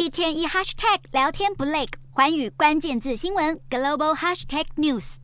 一天一 hashtag 聊天不累，寰宇关键字新闻 global hashtag news。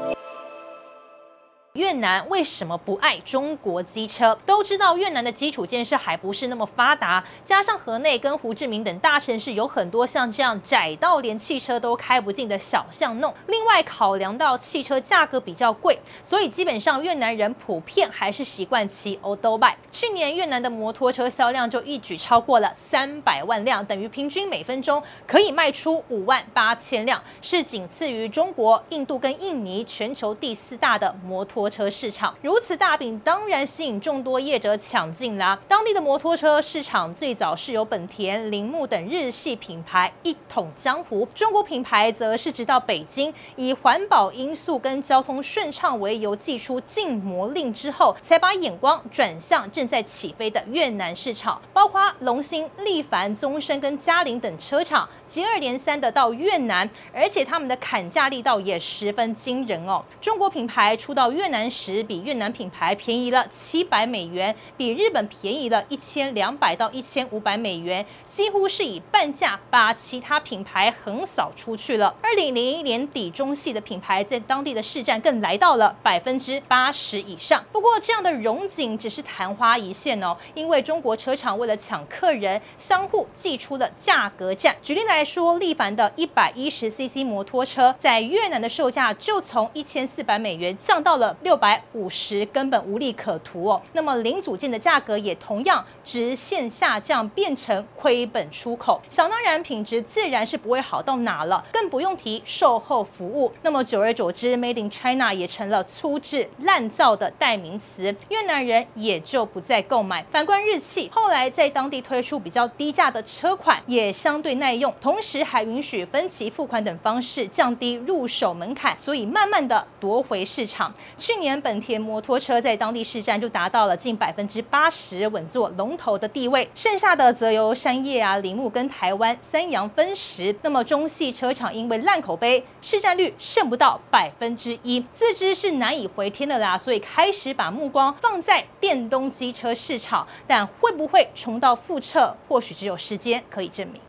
越南为什么不爱中国机车？都知道越南的基础建设还不是那么发达，加上河内跟胡志明等大城市有很多像这样窄到连汽车都开不进的小巷弄。另外考量到汽车价格比较贵，所以基本上越南人普遍还是习惯骑 Oldobike。去年越南的摩托车销量就一举超过了300万辆，等于平均每分钟可以卖出58000辆，是仅次于中国、印度跟印尼全球第4大的摩托车市场。如此大饼当然吸引众多业者抢进啦。当地的摩托车市场最早是由本田、铃木等日系品牌一统江湖，中国品牌则是直到北京以环保因素跟交通顺畅为由祭出禁摩令之后，才把眼光转向正在起飞的越南市场，包括龙兴、力帆、宗申跟嘉陵等车厂接二连三的到越南，而且他们的砍价力道也十分惊人哦。中国品牌出到越南时，比越南品牌便宜了$700，比日本便宜了1200到1500，几乎是以半价把其他品牌横扫出去了。2001年底，中系的品牌在当地的市占更来到了80%以上。不过，这样的荣景只是昙花一现哦，因为中国车厂为了抢客人，相互祭出了价格战。举例来说，力帆的110cc 摩托车在越南的售价就从$1400降到了650，根本无利可图哦。那么零组件的价格也同样直线下降，变成亏本出口。想当然，品质自然是不会好到哪了，更不用提售后服务。那么久而久之 ，Made in China 也成了粗制滥造的代名词，越南人也就不再购买。反观日系，后来在当地推出比较低价的车款，也相对耐用，同时还允许分期付款等方式降低入手门槛，所以慢慢的夺回市场。去年本田摩托车在当地市占就达到了近80%，稳坐龙头的地位，剩下的则由山叶铃木跟台湾三洋分食。那么中系车厂因为烂口碑，市占率剩不到1%，自知是难以回天的啦，所以开始把目光放在电动机车市场，但会不会重蹈覆辙，或许只有时间可以证明。